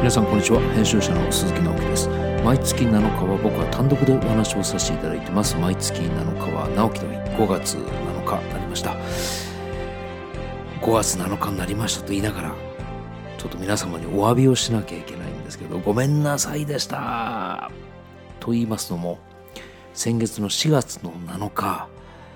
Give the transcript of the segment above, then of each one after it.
皆さんこんにちは。編集者の鈴木直樹です。毎月7日は僕は単独でお話をさせていただいてます。毎月7日は直樹の日、5月7日になりました。5月7日になりましたと言いながら、ちょっと皆様にお詫びをしなきゃいけないんですけど、ごめんなさいでしたと言いますのも、先月の4月の7日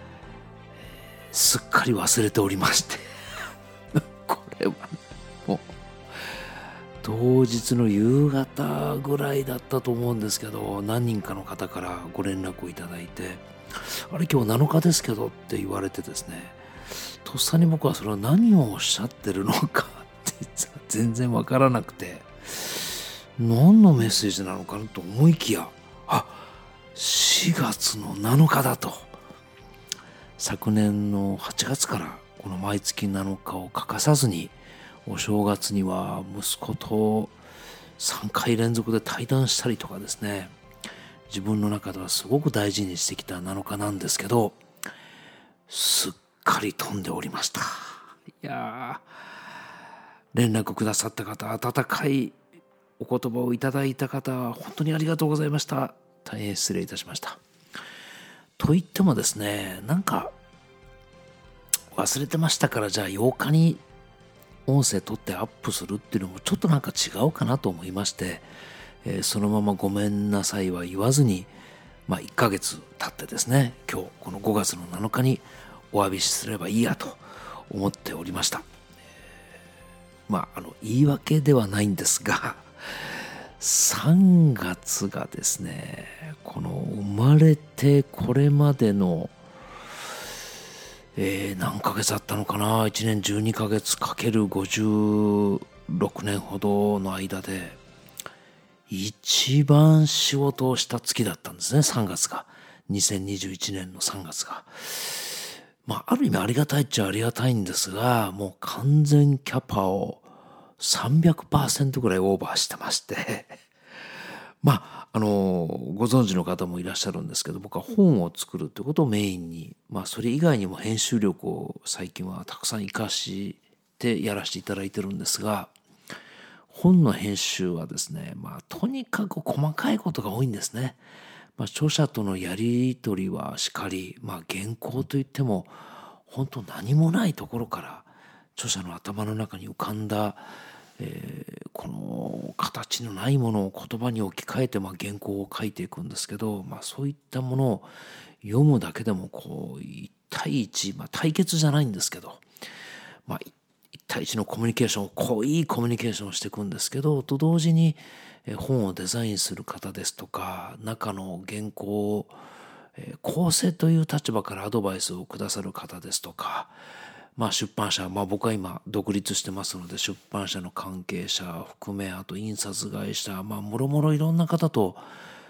すっかり忘れておりましてこれはもう当日の夕方ぐらいだったと思うんですけど、何人かの方からご連絡をいただいて、あれ今日7日ですけどって言われてですね、とっさに僕はそれは何をおっしゃってるのかって全然わからなくて、何のメッセージなのかなと思いきや、4月の7日だと。昨年の8月からこの毎月7日を欠かさずに、お正月には息子と3回連続で対談したりとかですね、自分の中ではすごく大事にしてきた7日なんですけど、すっかり飛んでおりました。いや連絡くださった方、温かいお言葉をいただいた方、本当にありがとうございました。大変失礼いたしました。と言ってもですね、なんか忘れてましたから、じゃあ8日に音声取ってアップするっていうのもちょっとなんか違うかなと思いまして、そのままごめんなさいは言わずに、1ヶ月経ってですね、今日この5月の7日にお詫びすればいいやと思っておりました。言い訳ではないんですが、3月がですね、この生まれてこれまでの何ヶ月あったのかな、1年12ヶ月かける56年ほどの間で一番仕事をした月だったんですね。3月が、2021年の3月が、ある意味ありがたいっちゃありがたいんですが、もう完全キャパを 300% ぐらいオーバーしてましてご存知の方もいらっしゃるんですけど、僕は本を作るということをメインに、それ以外にも編集力を最近はたくさん活かしてやらせていただいてるんですが、本の編集はですね、とにかく細かいことが多いんですね。著者とのやり取りはしかり、原稿といっても本当何もないところから著者の頭の中に浮かんだこの形のないものを言葉に置き換えて原稿を書いていくんですけど、そういったものを読むだけでも1対1、対決じゃないんですけど、1対1のコミュニケーション、濃いコミュニケーションをしていくんですけど、と同時に本をデザインする方ですとか、中の原稿を構成という立場からアドバイスをくださる方ですとか、出版社、僕は今独立してますので、出版社の関係者含め、あと印刷会社、もろもろいろんな方と、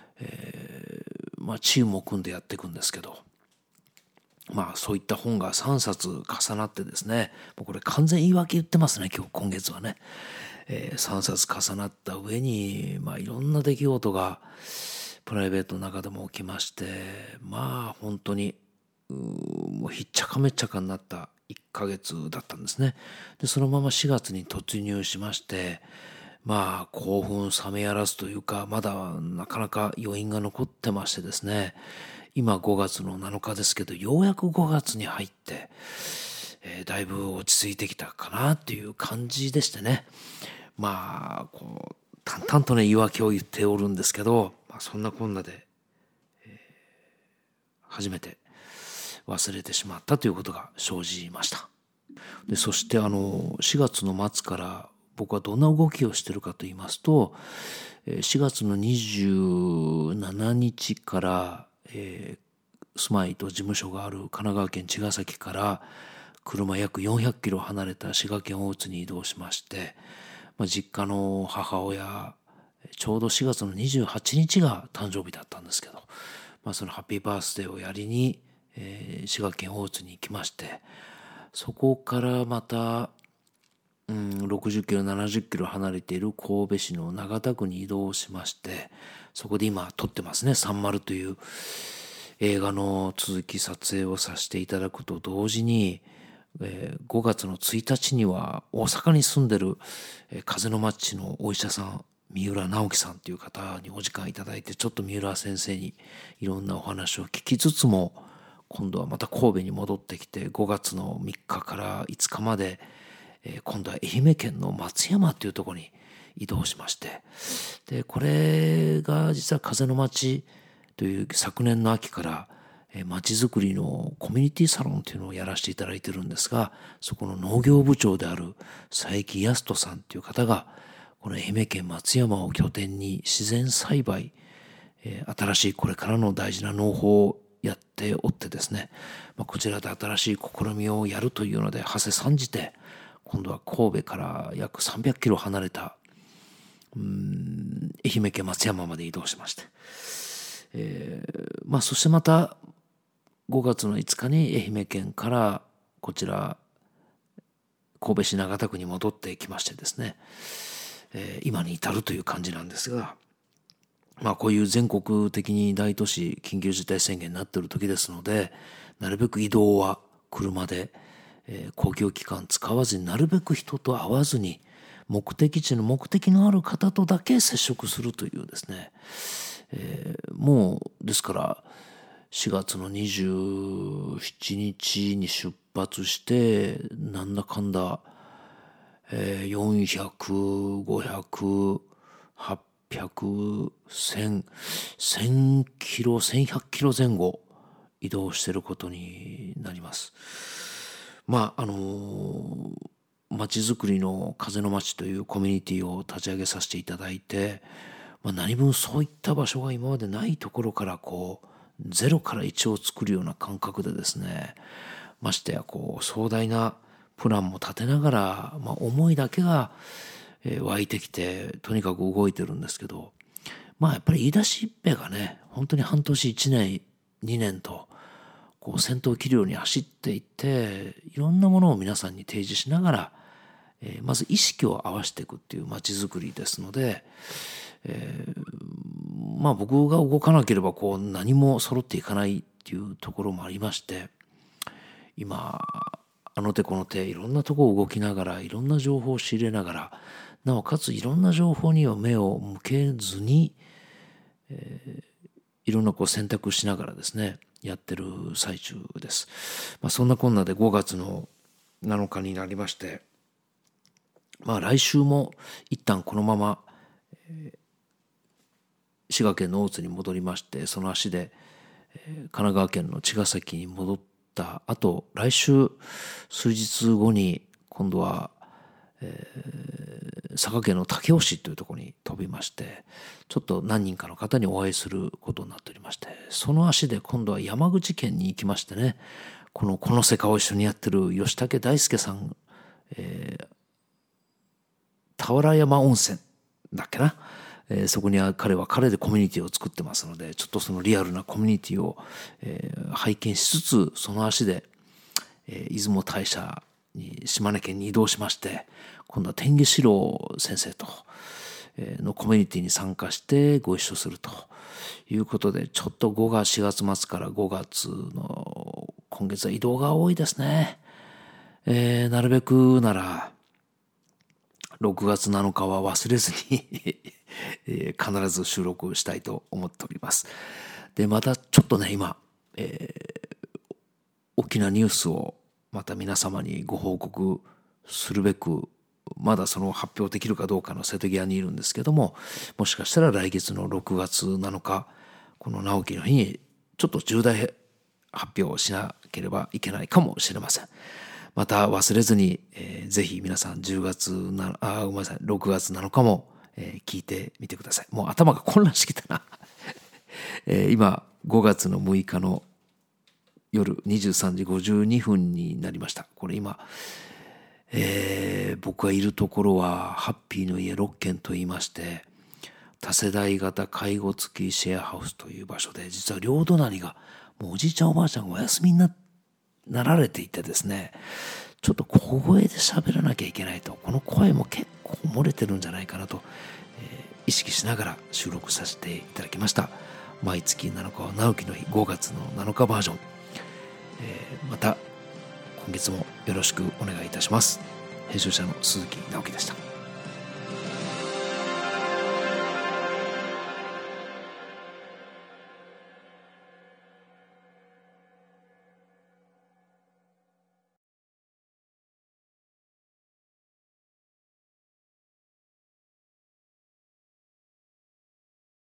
チームを組んでやっていくんですけど、そういった本が3冊重なってですね、これ完全言い訳言ってますね、今月はね、3冊重なった上に、いろんな出来事がプライベートの中でも起きまして、本当にもうひっちゃかめっちゃかになった1ヶ月だったんですね。でそのまま4月に突入しまして、興奮冷めやらずというか、まだなかなか余韻が残ってましてですね、今5月の7日ですけど、ようやく5月に入って、だいぶ落ち着いてきたかなっていう感じでしてね、淡々とね言い訳を言っておるんですけど、そんなこんなで、初めて忘れてしまったということが生じました。でそして4月の末から僕はどんな動きをしているかと言いますと、4月の27日から、住まいと事務所がある神奈川県茅ヶ崎から車約400キロ離れた滋賀県大津に移動しまして、実家の母親、ちょうど4月の28日が誕生日だったんですけど、そのハッピーバースデーをやりに、滋賀県大津に行きまして、そこからまた、60キロ70キロ離れている神戸市の長田区に移動しまして、そこで今撮ってますね、サンマルという映画の続き撮影をさせていただくと同時に、 5月の1日には大阪に住んでる、風の町のお医者さん、三浦直樹さんという方にお時間いただいて、ちょっと三浦先生にいろんなお話を聞きつつも、今度はまた神戸に戻ってきて、5月の3日から5日まで、今度は愛媛県の松山というところに移動しまして、でこれが実は風の町という昨年の秋から町づくりのコミュニティサロンというのをやらせていただいてるんですが、そこの農業部長である佐伯康人さんという方が、この愛媛県松山を拠点に自然栽培、新しいこれからの大事な農法をやっておってですね、こちらで新しい試みをやるというので、馳せ参じて、今度は神戸から約300キロ離れた愛媛県松山まで移動しまして、そしてまた5月の5日に愛媛県からこちら神戸市長田区に戻ってきましてですね、今に至るという感じなんですが、こういう全国的に大都市緊急事態宣言になっている時ですので、なるべく移動は車で、公共機関使わずに、なるべく人と会わずに、目的地の目的のある方とだけ接触するというですね、もうですから4月の27日に出発して、なんだかんだ、400、500、800、1000キロ、1100キロ前後移動していることになります。町づくりの風の町というコミュニティを立ち上げさせていただいて、何分そういった場所が今までないところから0から1を作るような感覚でですね、ましてや壮大なプランも立てながら、思いだけが湧いてきて、とにかく動いてるんですけど、やっぱり言い出しっぺがね、本当に半年1年2年と先頭を切るように走っていって、いろんなものを皆さんに提示しながら、まず意識を合わせていくっていう街づくりですので、僕が動かなければ何も揃っていかないっていうところもありまして、今あの手この手いろんなところを動きながら、いろんな情報を仕入れながら、なおかついろんな情報には目を向けずに、いろんな選択しながらですねやってる最中です。そんなこんなで5月の7日になりまして、来週も一旦このまま、滋賀県の大津に戻りまして、その足で、神奈川県の茅ヶ崎に戻った後、来週数日後に今度は、佐賀県の武雄市というところに飛びまして、ちょっと何人かの方にお会いすることになっておりまして、その足で今度は山口県に行きましてね、この世界を一緒にやってる吉武大輔さん、俵山温泉だっけな、そこには彼でコミュニティを作ってますので、ちょっとそのリアルなコミュニティを、拝見しつつ、その足で、出雲大社に島根県に移動しまして、今度は天下四郎先生とのコミュニティに参加してご一緒するということで、ちょっと4月末から5月の今月は移動が多いですね。なるべくなら6月7日は忘れずに必ず収録したいと思っております。で、またちょっとね、今、大きなニュースをまた皆様にご報告するべく、まだその発表できるかどうかの瀬戸際にいるんですけども、もしかしたら来月の6月7日、この直樹の日にちょっと重大発表をしなければいけないかもしれません。また忘れずに、ぜひ皆さん6月7日も、聞いてみてください。もう頭が混乱してきたな、今5月の6日の夜23時52分になりました。これ今、僕がいるところはハッピーの家6軒といいまして、多世代型介護付きシェアハウスという場所で、実は両隣がもうおじいちゃんおばあちゃんがお休みになられていてですね、ちょっと小声で喋らなきゃいけないと、この声も結構漏れてるんじゃないかなと、意識しながら収録させていただきました。毎月7日は直樹の日5月の7日バージョン、また今月もよろしくお願いいたします。編集者の鈴木直樹でした。